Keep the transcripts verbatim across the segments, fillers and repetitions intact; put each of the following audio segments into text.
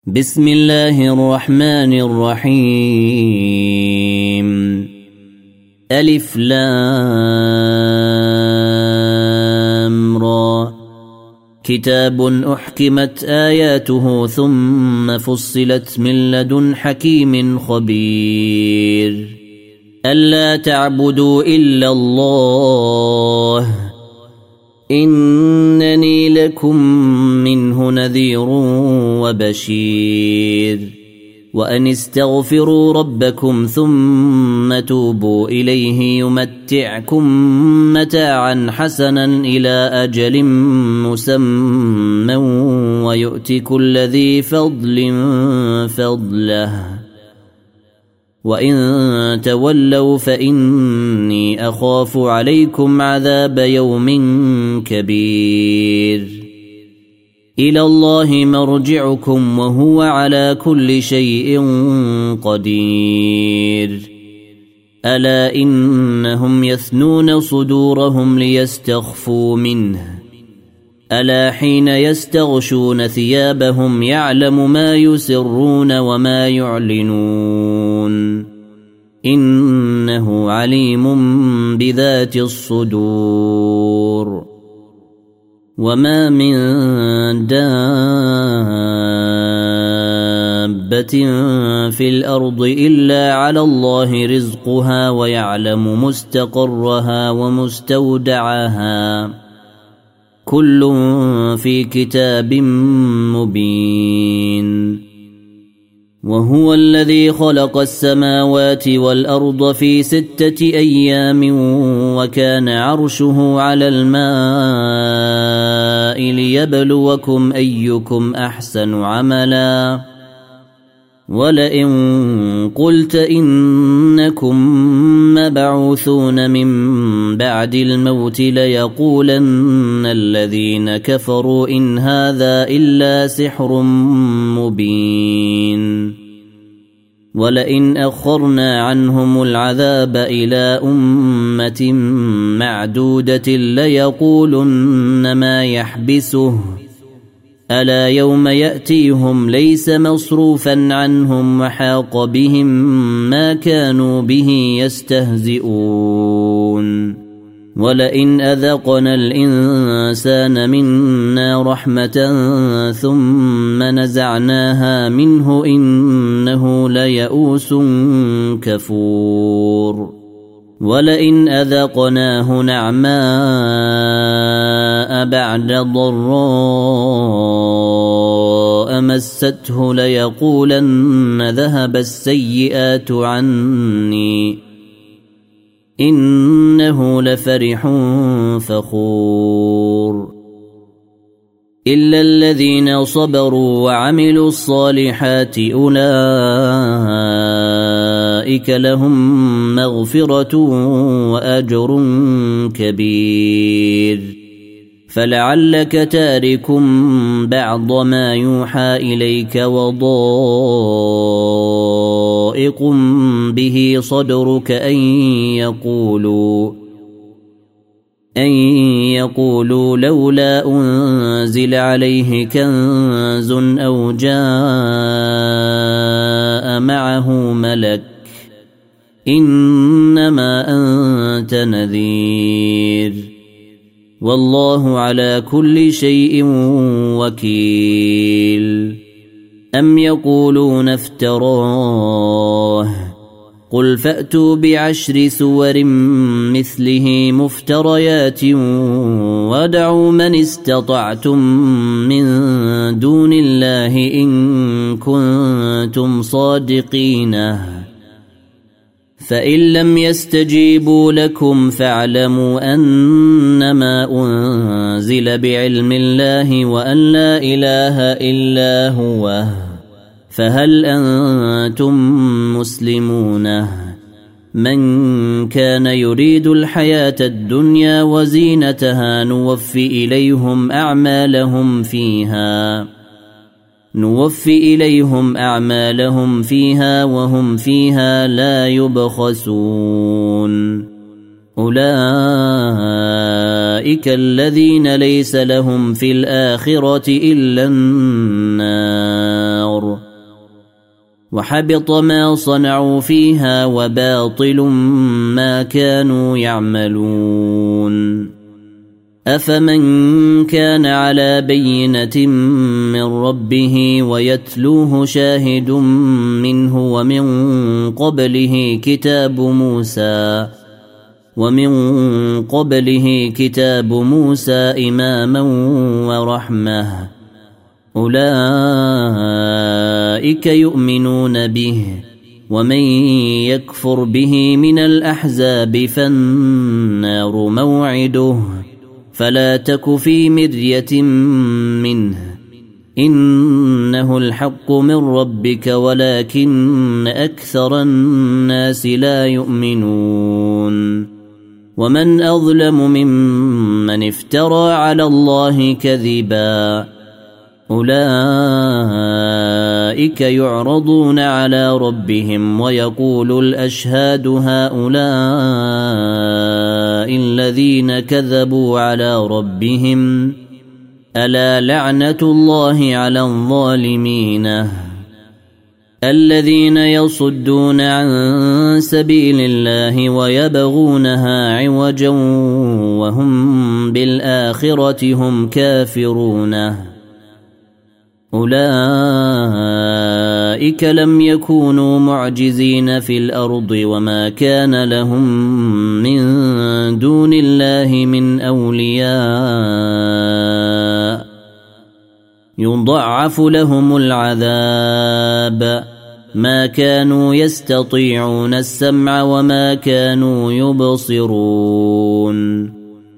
بسم الله الرحمن الرحيم ألف لام را كتاب أحكمت آياته ثم فصلت من لدن حكيم خبير ألا تعبدوا إلا الله إنني لكم منه نذير وبشير وأن استغفروا ربكم ثم توبوا إليه يمتعكم متاعا حسنا إلى أجل مسمى ويؤت كل ذي فضل فضله وإن تولوا فإني أخاف عليكم عذاب يوم كبير إلى الله مرجعكم وهو على كل شيء قدير ألا إنهم يثنون صدورهم ليستخفوا منه ألا حين يستغشون ثيابهم يعلم ما يسرون وما يعلنون إنه عليم بذات الصدور وما من دابة في الأرض إلا على الله رزقها ويعلم مستقرها ومستودعها كل في كتاب مبين وهو الذي خلق السماوات والأرض في ستة أيام وكان عرشه على الماء ليبلوكم أيكم أحسن عملا ولئن قلت إنكم مبعوثون من بعد الموت ليقولن الذين كفروا إن هذا إلا سحر مبين ولئن أخرنا عنهم العذاب إلى أمة معدودة ليقولن ما يحبسه ألا يوم يأتيهم ليس مصروفا عنهم وحاق بهم ما كانوا به يستهزئون ولئن أذقنا الإنسان منا رحمة ثم نزعناها منه إنه ليئوس كفور ولئن أذقناه نعماء بعد ضراء مسته ليقولن ذهب السيئات عني إنه لفرح فخور إلا الذين صبروا وعملوا الصالحات أولئك لهم مغفرة وأجر كبير فلعلك تارك بعض ما يوحى إليك وضائق به صدرك أن يقولوا أن يقولوا لولا أنزل عليه كنز أو جاء معه ملك إنما أنت نذير والله على كل شيء وكيل أم يقولون افتراه قل فأتوا بعشر سور مثله مفتريات وادعوا من استطعتم من دون الله إن كنتم صادقين فإن لم يستجيبوا لكم فاعلموا أنما أنزل بعلم الله وأن لا إله إلا هو فهل أنتم مسلمون من كان يريد الحياة الدنيا وزينتها نوفي إليهم أعمالهم فيها نوفي إليهم أعمالهم فيها وهم فيها لا يبخسون أولئك الذين ليس لهم في الآخرة إلا النار وحبط ما صنعوا فيها وباطل ما كانوا يعملون أفمن كان على بينة من ربه ويتلوه شاهد منه ومن قبله كتاب موسى ومن قبله كتاب موسى إماما ورحمة أولئك يؤمنون به ومن يكفر به من الأحزاب فالنار موعده فلا تك في مرية منه إنه الحق من ربك ولكن أكثر الناس لا يؤمنون ومن أظلم ممن افترى على الله كذبا أولئك يعرضون على ربهم ويقول الأشهاد هؤلاء الذين كذبوا على ربهم ألا لعنة الله على الظالمين الذين يصدون عن سبيل الله ويبغونها عوجا وهم بالآخرة هم كافرون أولئك لم يكونوا معجزين في الأرض وما كان لهم من دون الله من أولياء يضاعف لهم العذاب ما كانوا يستطيعون السمع وما كانوا يبصرون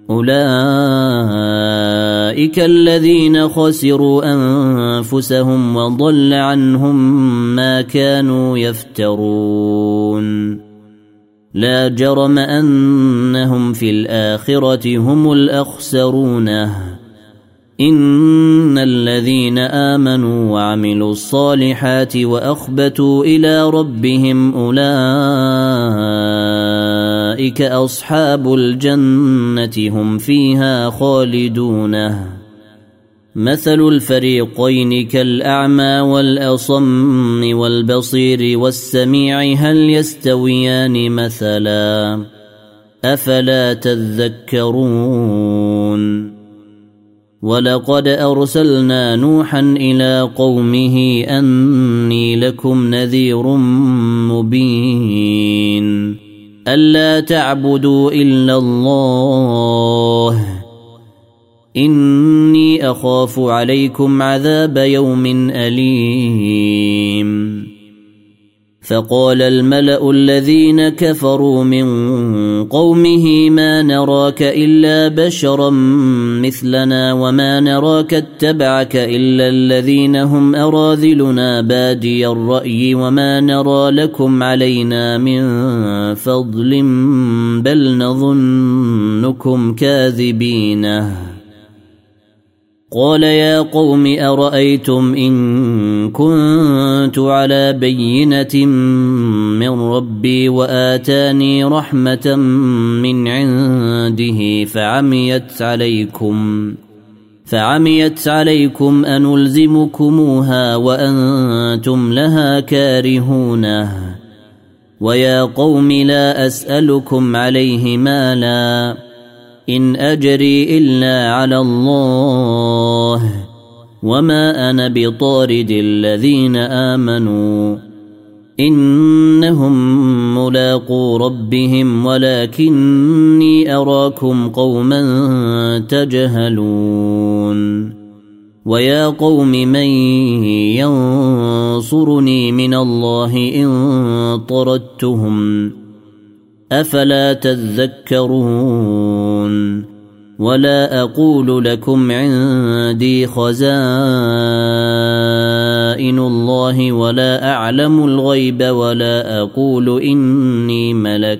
أولئك الذين خسروا أنفسهم وضل عنهم ما كانوا يفترون لا جرم أنهم في الآخرة هم الأخسرون إن الذين آمنوا وعملوا الصالحات وأخبتوا إلى ربهم أولئك أصحاب الجنة هم فيها خالدون مثل الفريقين كالأعمى والأصم والبصير والسميع هل يستويان مثلا أفلا تذكرون ولقد أرسلنا نوحا إلى قومه أني لكم نذير مبين ألا تعبدوا إلا الله إني أخاف عليكم عذاب يوم أليم فقال الملأ الذين كفروا من قومه ما نراك إلا بشرا مثلنا وما نراك اتبعك إلا الذين هم أراذلنا بادي الرأي وما نرى لكم علينا من فضل بل نظنكم كاذبين قال يا قوم أرأيتم إن كنت على بينة من ربي وآتاني رحمة من عنده فعميت عليكم فعميت عليكم أنلزمكموها وأنتم لها كارهون ويا قوم لا أسألكم عليه مالا إن أجري إلا على الله وما أنا بطارد الذين آمنوا إنهم ملاقو ربهم ولكني أراكم قوما تجهلون ويا قوم من ينصرني من الله إن طردتهم أفلا تذكرون ولا أقول لكم عندي خزائن الله ولا أعلم الغيب ولا أقول إني ملك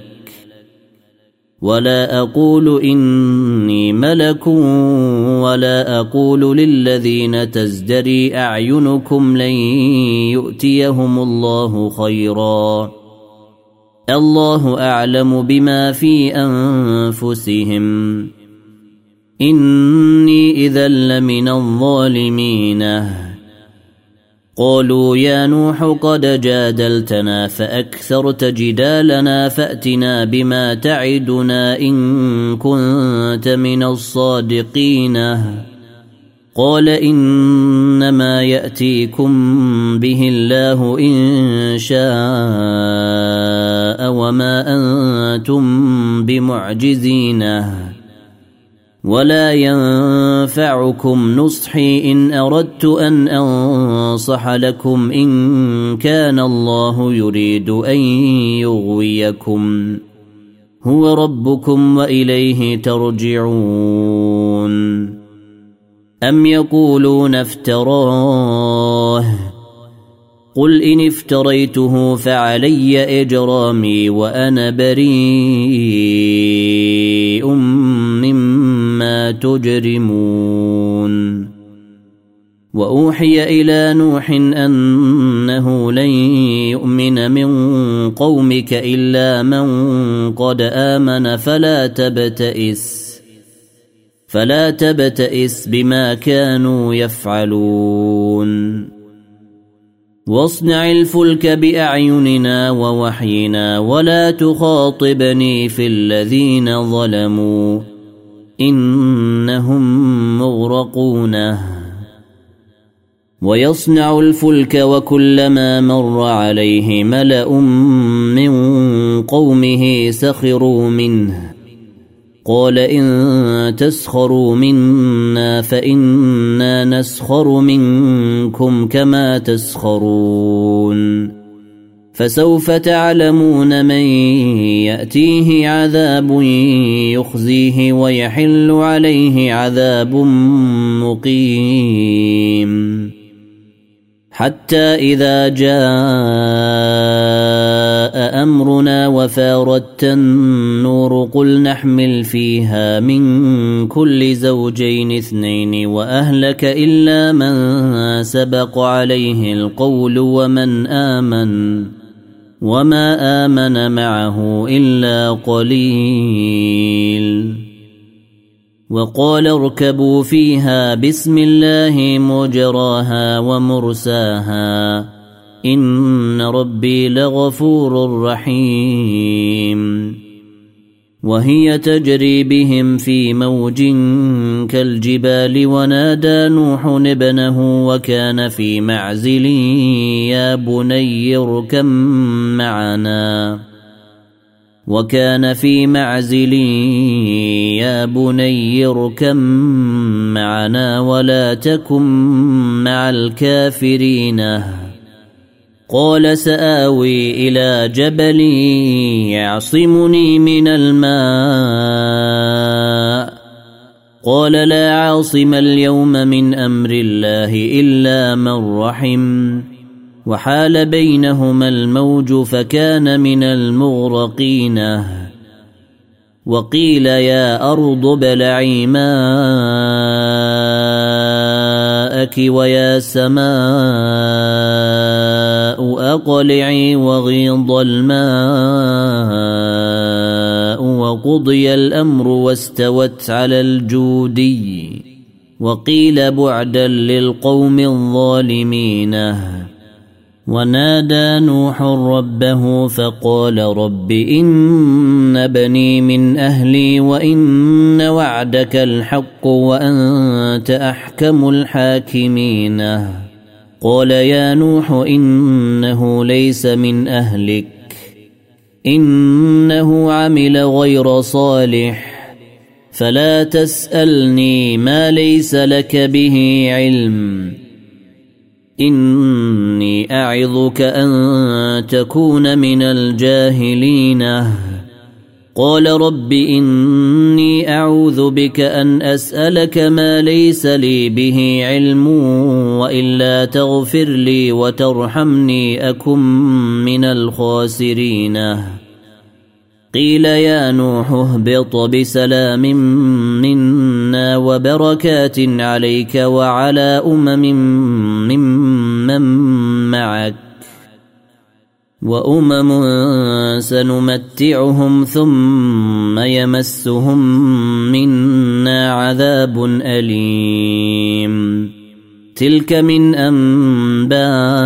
ولا أقول إني ملك ولا أقول للذين تزدري أعينكم لن يؤتيهم الله خيرا الله أعلم بما في أنفسهم إني إذا لمن الظالمين قالوا يا نوح قد جادلتنا فأكثرت جدالنا فأتنا بما تعدنا إن كنت من الصادقين قال إنما يأتيكم به الله إن شاء وما أنتم بمعجزين ولا ينفعكم نصحي إن أردت أن أنصح لكم إن كان الله يريد أن يغويكم هو ربكم وإليه ترجعون أم يقولون افتراه قل إن افتريته فعلي إجرامي وأنا بريء مما تجرمون وأوحي إلى نوح أنه لن يؤمن من قومك إلا من قد آمن فلا تبتئس فلا تبتئس بما كانوا يفعلون واصنع الفلك بأعيننا ووحينا ولا تخاطبني في الذين ظلموا إنهم مغرقون ويصنع الفلك وكلما مر عليه ملأ من قومه سخروا منه قال إن تسخروا منا فإنا نسخر منكم كما تسخرون فسوف تعلمون من يأتيه عذاب يخزيه ويحل عليه عذاب مقيم حتى إذا جاء أمرنا وفارت النور قل نحمل فيها من كل زوجين اثنين وأهلك إلا من سبق عليه القول ومن آمن وما آمن معه إلا قليل وقال اركبوا فيها بسم الله مجراها ومرساها إن ربي لغفور رحيم وهي تجري بهم في موج كالجبال ونادى نوح ابنه وكان في معزل يا بني اركب معنا وكان في معزل يا بني اركب معنا ولا تكن مع الكافرين قال سآوي إلى جبل يعصمني من الماء قال لا عاصم اليوم من أمر الله إلا من رحم وحال بينهما الموج فكان من المغرقين وقيل يا أرض ابلعي ماءك ويا سماء أقلعي وغيض الماء وقضي الأمر واستوت على الجودي وقيل بعدا للقوم الظالمين ونادى نوح ربه فقال رب إن بني من أهلي وإن وعدك الحق وأنت أحكم الحاكمين قال يا نوح إنه ليس من أهلك إنه عمل غير صالح فلا تسألني ما ليس لك به علم إني أعظك أن تكون من الجاهلين قال رب إني أعوذ بك أن أسألك ما ليس لي به علم وإلا تغفر لي وترحمني أكن من الخاسرين قيل يا نوح اهبط بسلام منا وبركات عليك وعلى أمم ممن معك وأمم سنمتعهم ثم يمسهم منا عذاب أليم تلك من أنباء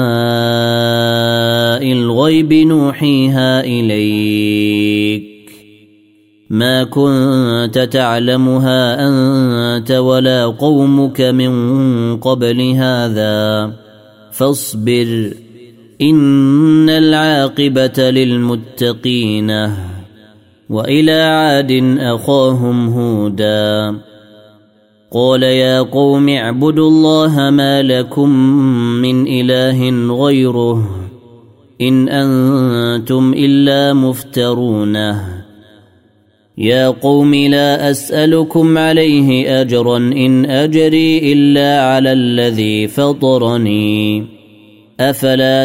الغيب نوحيها إليك ما كنت تعلمها أنت ولا قومك من قبل هذا فاصبر إن العاقبة للمتقين. وإلى عاد أخاهم هودا قال يا قوم اعبدوا الله ما لكم من إله غيره إن أنتم إلا مفترونه. يا قوم لا أسألكم عليه أجرا إن أجري إلا على الذي فطرني أفلا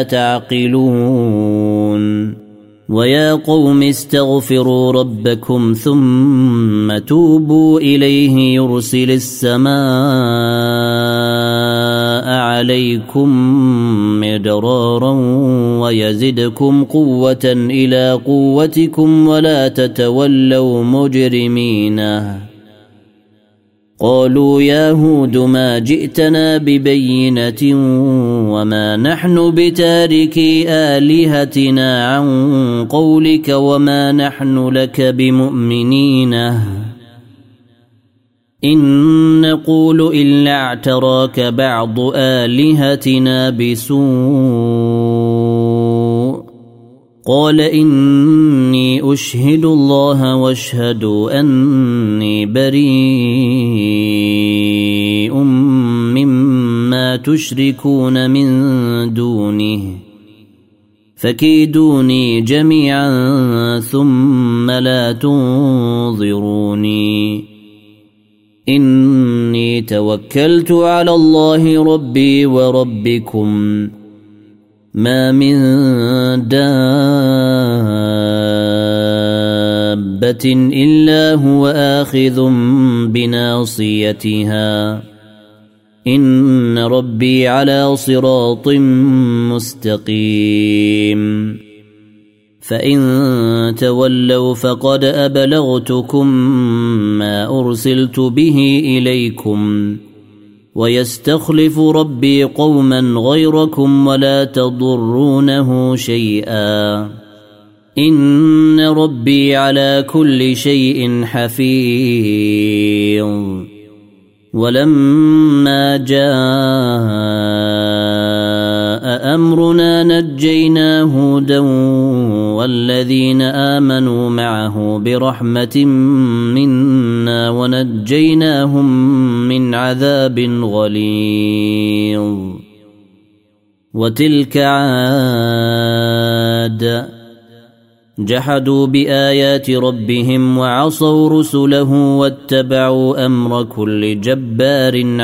تعقلون. ويا قوم استغفروا ربكم ثم توبوا إليه يرسل السماء عليكم مدرارا ويزدكم قوة إلى قوتكم ولا تتولوا مجرمين. قالوا يا هود ما جئتنا ببينة وما نحن بتاركي آلهتنا عن قولك وما نحن لك بمؤمنين إن نقول إلا اعتراك بعض آلهتنا بسوء. قال إني أشهد الله واشهدوا أني بريء مما تشركون من دونه فكيدوني جميعا ثم لا تنظروني إني توكلت على الله ربي وربكم ما من دابة إلا هو آخذ بناصيتها إن ربي على صراط مستقيم. فإن تولوا فقد أبلغتكم ما أرسلت به إليكم ويستخلف ربي قوما غيركم ولا تضرونه شيئا إن ربي على كل شيء حفيظ. ولما جاء أمرنا نجينا هودا والذين آمنوا معه برحمة منا ونجيناهم من عذاب غليظ. وتلك عاد جحدوا بآيات ربهم وعصوا رسله واتبعوا أمر كل جبار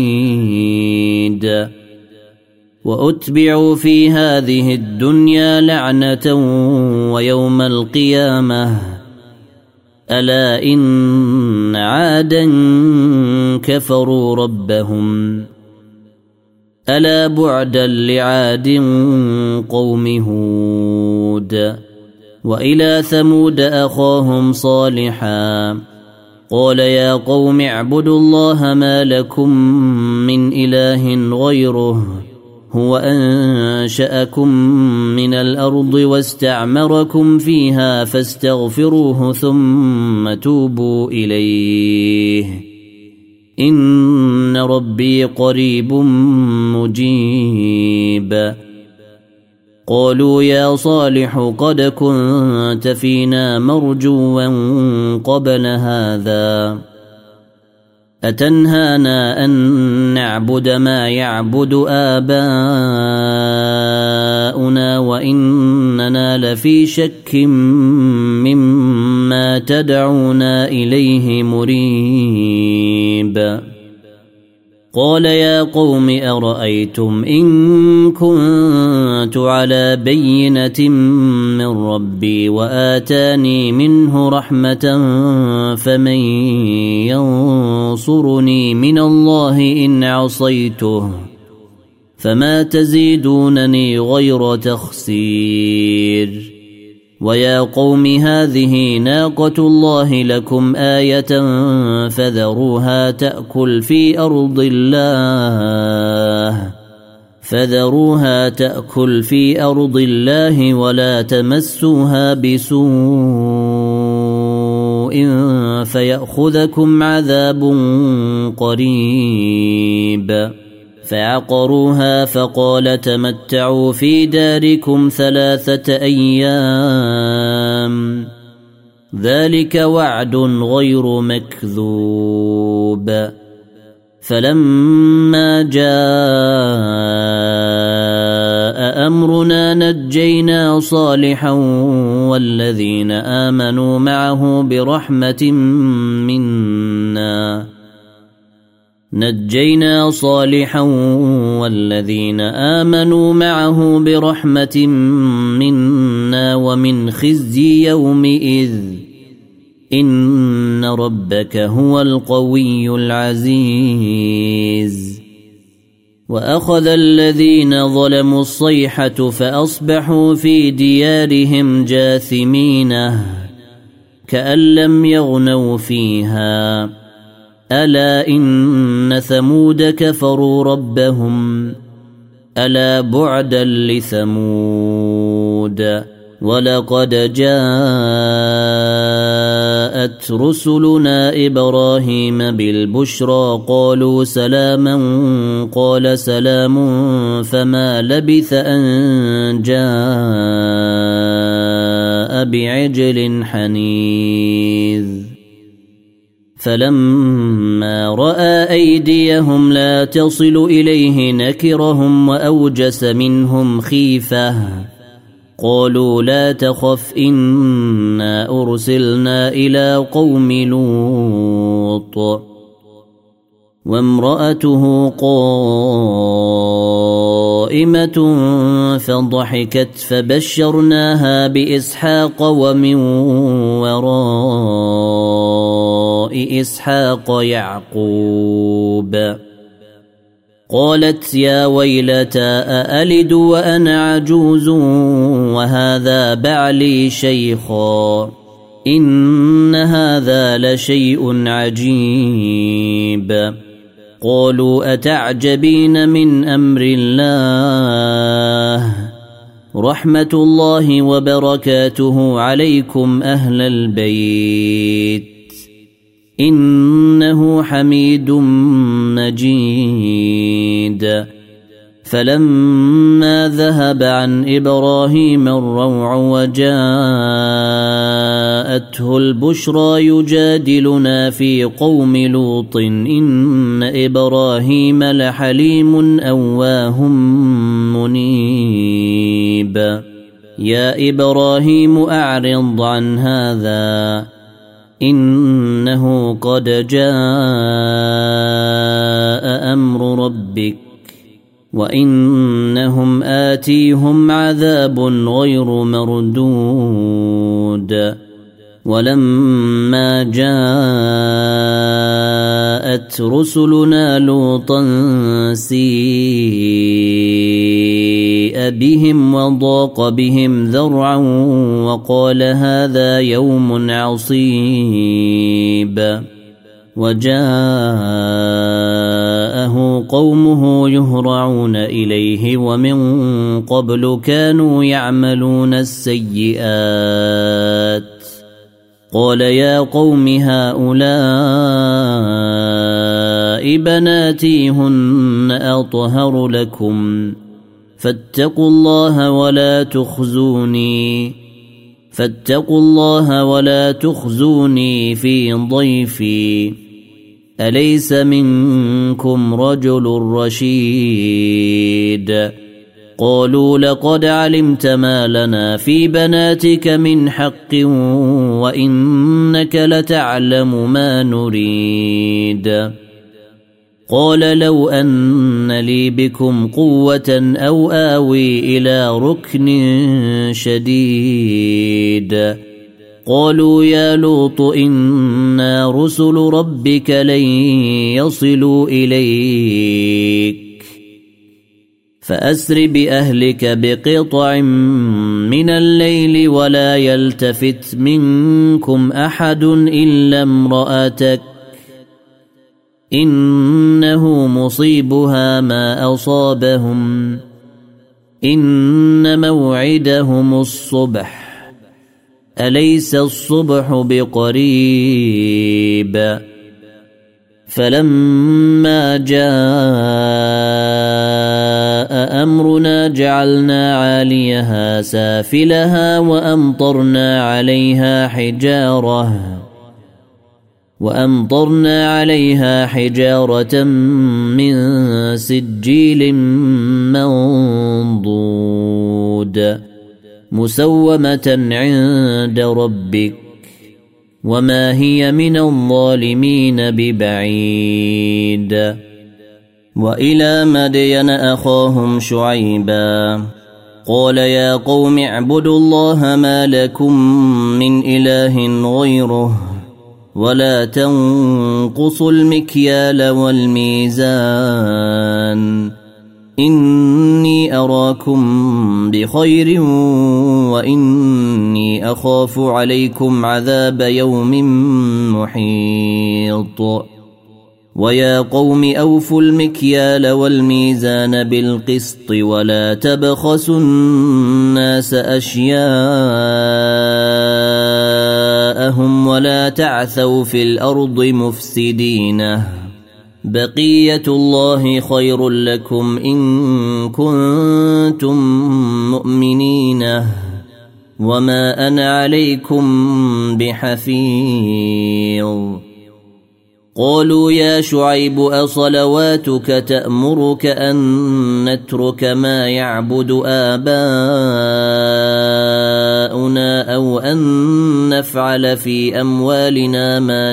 عنيد. وأتبعوا في هذه الدنيا لعنة ويوم القيامة ألا إن عادا كفروا ربهم ألا بعدا لعاد قوم هود. وإلى ثمود أخاهم صالحا قال يا قوم اعبدوا الله ما لكم من إله غيره هو أنشأكم من الأرض واستعمركم فيها فاستغفروه ثم توبوا إليه إن ربي قريب مجيب. قالوا يا صالح قد كنت فينا مرجوا قبل هذا أتنهانا أن نعبد ما يعبد آباؤنا وإننا لفي شك مما تدعونا إليه مريب. قال يا قوم أرأيتم إن كنت على بينة من ربي وآتاني منه رحمة فمن ينصرني من الله إن عصيته فما تزيدونني غير تخسير. ويا قوم هذه ناقة الله لكم آية فذروها تأكل في أرض الله الله فذروها تأكل في أرض الله ولا تمسوها بسوء فيأخذكم عذاب قريب فعقروها فقال تمتعوا في داركم ثلاثة أيام ذلك وعد غير مكذوب فلما جاء أمرنا نجينا صالحا والذين آمنوا معه برحمة منا نجينا صالحا والذين آمنوا معه برحمة منا ومن خزي يومئذ إن ربك هو القوي العزيز وأخذ الذين ظلموا الصيحة فأصبحوا في ديارهم جاثمين كأن لم يغنوا فيها ألا إن ثمود كفروا ربهم ألا بعدا لثمود ولقد جاءت رسلنا إبراهيم بالبشرى قالوا سلاما قال سلام فما لبث أن جاء بعجل حنيذ فلما رأى أيديهم لا تصل إليه نكرهم وأوجس منهم خيفة قالوا لا تخف إنا أرسلنا إلى قوم لوط وامرأته قائمة فضحكت فبشرناها بإسحاق ومن وراء إسحاق يعقوب قالت يا ويلتى أألد وأنا عجوز وهذا بعلي شيخا إن هذا لشيء عجيب قالوا أتعجبين من أمر الله رحمة الله وبركاته عليكم أهل البيت إنه حميد مجيد فلما ذهب عن إبراهيم الروع وجاءته البشرى يجادلنا في قوم لوط إن إبراهيم لحليم أواه منيب يا إبراهيم أعرض عن هذا إنه قد جاء أمر ربك وإنهم آتيهم عذاب غير مردود ولما جاءت رسلنا لوطا سيء بهم وضاق بهم ذرعا وقال هذا يوم عصيب وجاءه قومه يهرعون إليه ومن قبل كانوا يعملون السيئات قال يا قوم هؤلاء بناتي هن أطهر لكم فاتقوا الله ولا تخزوني فاتقوا الله ولا تخزوني في ضيفي أليس منكم رجل رشيد قالوا لقد علمت ما لنا في بناتك من حق وإنك لتعلم ما نريد قال لو أن لي بكم قوة أو آوي إلى ركن شديد قالوا يا لوط إنا رسل ربك لن يصلوا إليك فأسر بأهلك بقطع من الليل ولا يلتفت منكم أحد إلا امرأتك إنه مصيبها ما أصابهم إن موعدهم الصبح أليس الصبح بقريب فلما جاء أمرنا جعلنا عاليها سافلها وأمطرنا عليها حجارة وأمطرنا عليها حجارة من سجيل منضود مسومة عند ربك وما هي من الظالمين ببعيد. وإلى مدين أخاهم شعيبا قال يا قوم اعبدوا الله ما لكم من إله غيره ولا تنقصوا المكيال والميزان إني أراكم بخير وإني أخاف عليكم عذاب يوم محيط. ويا قوم أوفوا المكيال والميزان بالقسط ولا تبخسوا الناس أشياءهم ولا تعثوا في الأرض مفسدين بقية الله خير لكم إن كنتم مؤمنين وما أنا عليكم بحفيظ. قالوا يا شعيب أصلواتك تأمرك أن نترك ما يعبد آباؤنا أو أن نفعل في أموالنا ما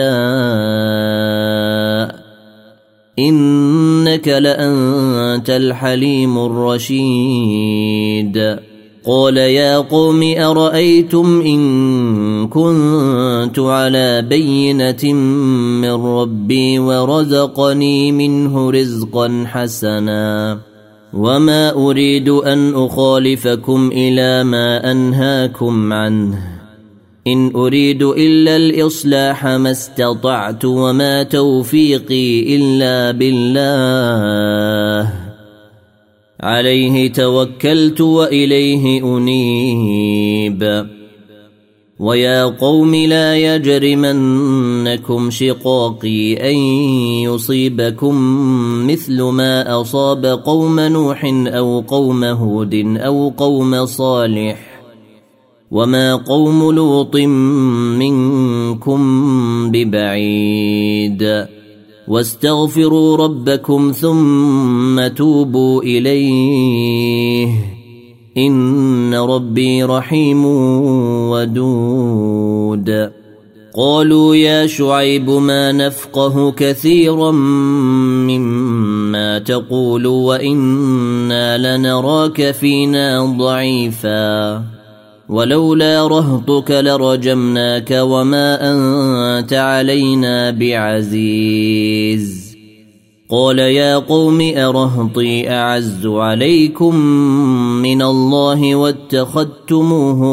نشاء إنك لأنت الحليم الرشيد. قال يا قوم أرأيتم إن كنت على بينة من ربي ورزقني منه رزقا حسنا وما أريد أن أخالفكم إلى ما أنهاكم عنه إن أريد إلا الإصلاح ما استطعت وما توفيقي إلا بالله عليه توكلت وإليه أنيب. ويا قوم لا يجرمنكم شقاقي أن يصيبكم مثل ما أصاب قوم نوح أو قوم هود أو قوم صالح وما قوم لوط منكم ببعيد واستغفروا ربكم ثم توبوا إليه إن ربي رحيم ودود. قالوا يا شعيب ما نفقه كثيرا مما تقول وإنا لنراك فينا ضعيفا ولولا رهطك لرجمناك وما أنت علينا بعزيز. قال يا قوم أرهطي أعز عليكم من الله واتخذتموه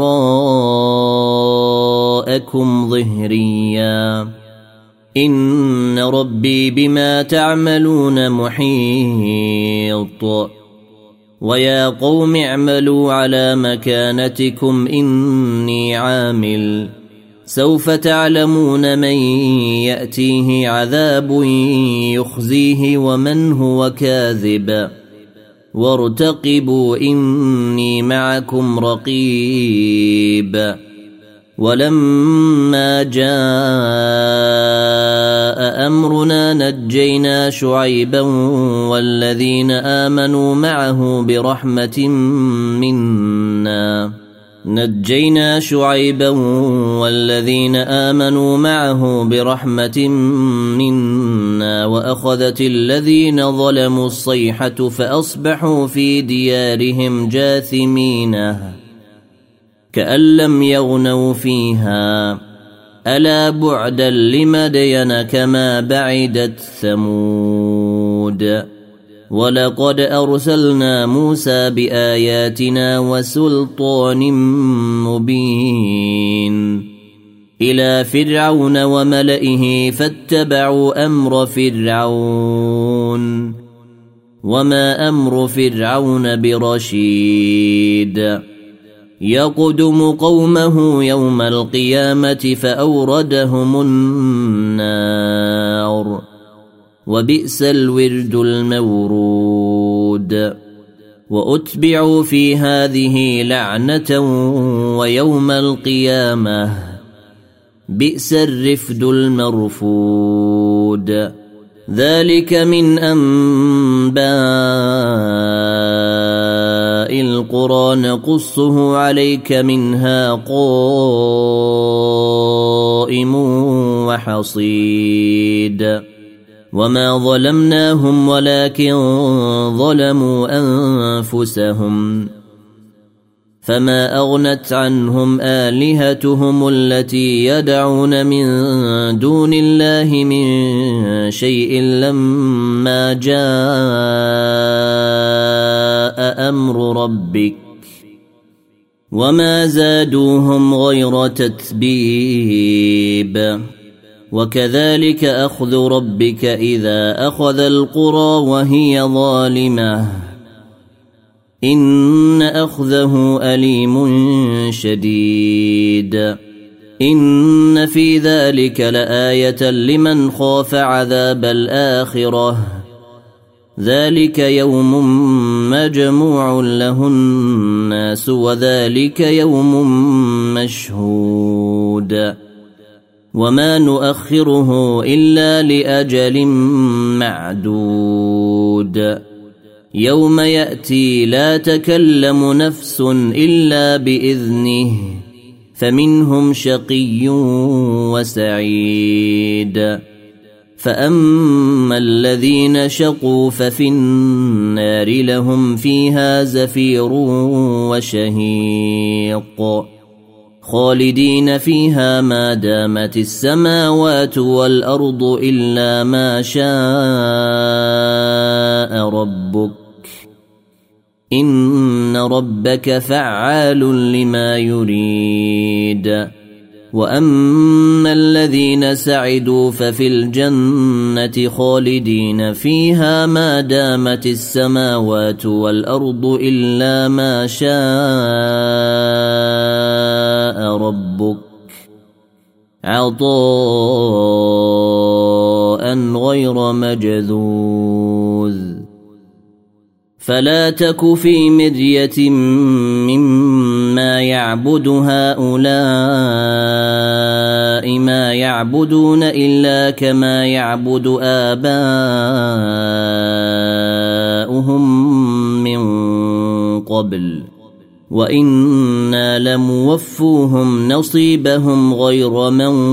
وراءكم ظهريا إن ربي بما تعملون محيط. ويا قوم اعملوا على مكانتكم إني عامل سوف تعلمون من يأتيه عذاب يخزيه ومن هو كاذب وارتقبوا إني معكم رقيب. ولما جاء أمرنا نجينا شعيبا والذين آمنوا معه برحمة منا نجينا شعيبا والذين آمنوا معه برحمة منا وأخذت الذين ظلموا الصيحة فأصبحوا في ديارهم جاثمين كأن لم يغنوا فيها ألا بعدا لمدين كما بعدت ثمود. ولقد أرسلنا موسى بآياتنا وسلطان مبين إلى فرعون وملئه فاتبعوا أمر فرعون وما أمر فرعون برشيد يقدم قومه يوم القيامة فأوردهم النار وبئس الورد المورود وأتبعوا في هذه لعنة ويوم القيامة بئس الرفد المرفود ذلك من أنباء القرى نقصه عليك منها قائم وحصيد وما ظلمناهم ولكن ظلموا أنفسهم فما أغنت عنهم آلهتهم التي يدعون من دون الله من شيء لما جاء أمر ربك وما زادوهم غير تتبيب وكذلك أخذ ربك إذا أخذ القرى وهي ظالمة إن أخذه أليم شديد إن في ذلك لآية لمن خاف عذاب الآخرة ذلك يوم مجموع له الناس وذلك يوم مشهود وما نؤخره إلا لأجل معدود يوم يأتي لا تكلم نفس إلا بإذنه فمنهم شقي وسعيد فأما الذين شقوا ففي النار لهم فيها زفير وشهيق خالدين فيها ما دامت السماوات والأرض إلا ما شاء ربك إن ربك فعال لما يريد وأما الذين سعدوا ففي الجنة خالدين فيها ما دامت السماوات والأرض إلا ما شاء ربك عطاء غير مجذوذ فلا تك في مرية مما يعبد هؤلاء ما يعبدون إلا كما يعبد آباؤهم من قبل وإنا لموفوهم نصيبهم غير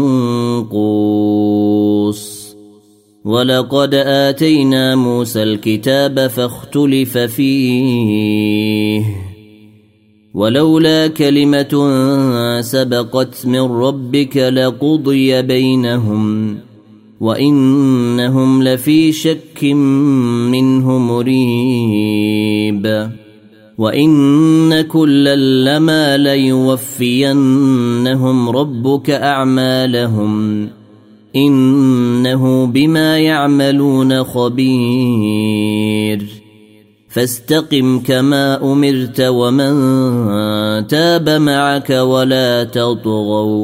منقوص ولقد آتينا موسى الكتاب فاختلف فيه ولولا كلمة سبقت من ربك لقضي بينهم وإنهم لفي شك منه مريب وإن كلا لما ليوفينهم ربك أعمالهم إنه بما يعملون خبير فاستقم كما أمرت ومن تاب معك ولا تطغوا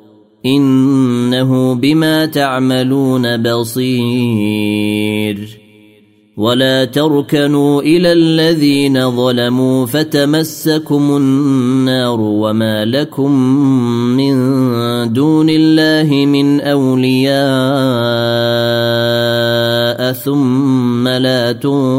إنه بما تعملون بصير ولا تركنوا إلى الذين ظلموا فتمسكم النار وما لكم من دون الله من أولياء ثم لا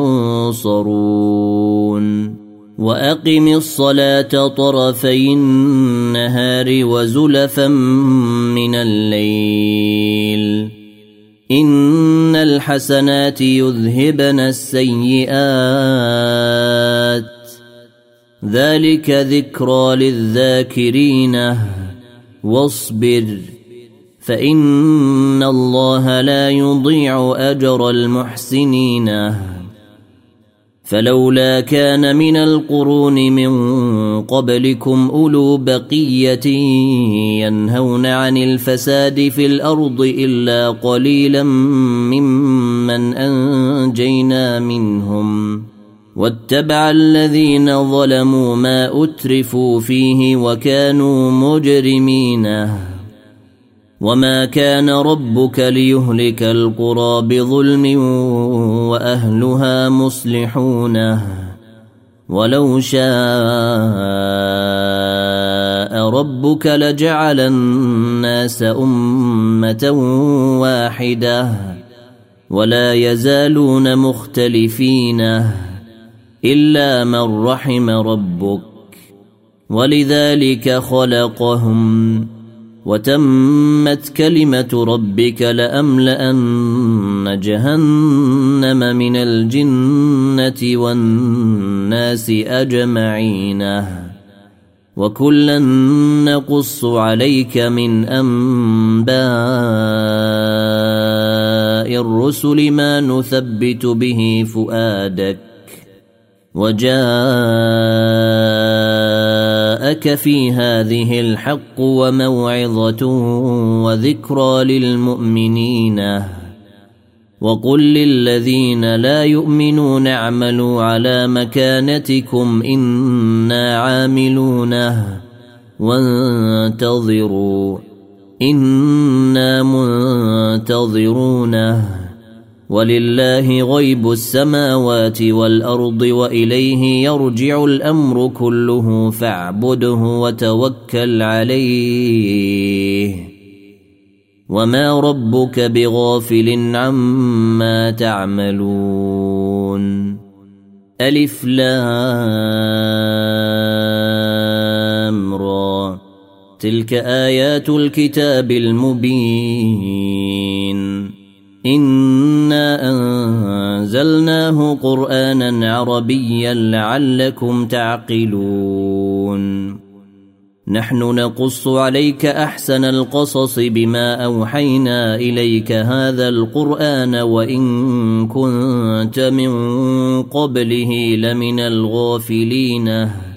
تنصرون وأقم الصلاة طرفي النهار وزلفا من الليل إن الحسنات يذهبن السيئات ذلك ذكرى للذاكرين واصبر فإن الله لا يضيع أجر المحسنين فلولا كان من القرون من قبلكم أولو بقية ينهون عن الفساد في الأرض إلا قليلا ممن أنجينا منهم واتبع الذين ظلموا ما أترفوا فيه وكانوا مجرمين وما كان ربك ليهلك القرى بظلم وأهلها مصلحون ولو شاء ربك لجعل الناس أمة واحدة ولا يزالون مختلفين إلا من رحم ربك ولذلك خلقهم وتمت كلمة ربك لأملأن جهنم من الجنة والناس أجمعين وكلا نقص عليك من أنباء الرسل ما نثبت به فؤادك وجاءك في هذه الحق وموعظة وذكرى للمؤمنين وقل للذين لا يؤمنون اعملوا على مكانتكم إنا عاملون وانتظروا إنا منتظرون ولله غيب السماوات والأرض وإليه يرجع الأمر كله فاعبده وتوكل عليه وما ربك بغافل عما تعملون ألف لام را تلك آيات الكتاب المبين إنا أنزلناه قرآنا عربيا لعلكم تعقلون نحن نقص عليك أحسن القصص بما أوحينا إليك هذا القرآن وإن كنت من قبله لمن الغافلين